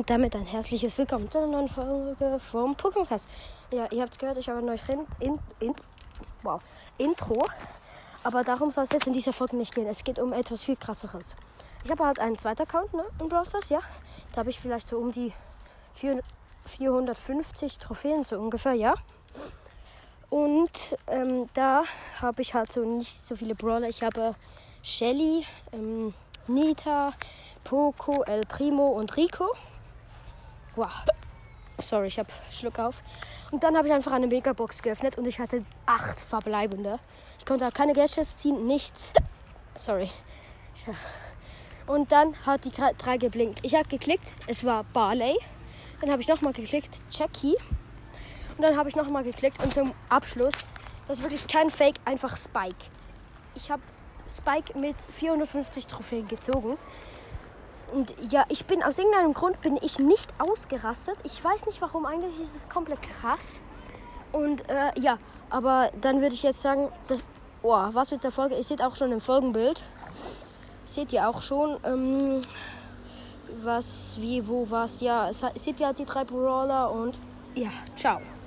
Und damit ein herzliches Willkommen zu einer neuen Folge vom Pokémon-Cast. Ja, ihr habt es gehört, ich habe ein neues Intro. Aber darum soll es jetzt in dieser Folge nicht gehen. Es geht um etwas viel krasseres. Ich habe halt einen zweiten Account, ne, in Brawl Stars, ja. Da habe ich vielleicht so um die 450 Trophäen, so ungefähr, ja. Und da habe ich halt so nicht so viele Brawler. Ich habe Shelly, Nita, Poco, El Primo und Rico. Wow. Sorry, ich habe Schluck auf. Und dann habe ich einfach eine Megabox geöffnet und ich hatte 8 verbleibende. Ich konnte keine Gadgets ziehen, nichts. Sorry. Und dann hat die 3 geblinkt. Ich habe geklickt, es war Barley. Dann habe ich nochmal geklickt, Jackie. Und dann habe ich nochmal geklickt und zum Abschluss, das ist wirklich kein Fake, einfach Spike. Ich habe Spike mit 450 Trophäen gezogen. Und ja, aus irgendeinem Grund bin ich nicht ausgerastet. Ich weiß nicht warum, eigentlich ist es komplett krass. Und ja, aber dann würde ich jetzt sagen, was mit der Folge, ihr seht auch schon im Folgenbild. Seht ihr auch schon, was, wie, wo, was, ja. Seht ihr die 3 Brawler und ja, ciao.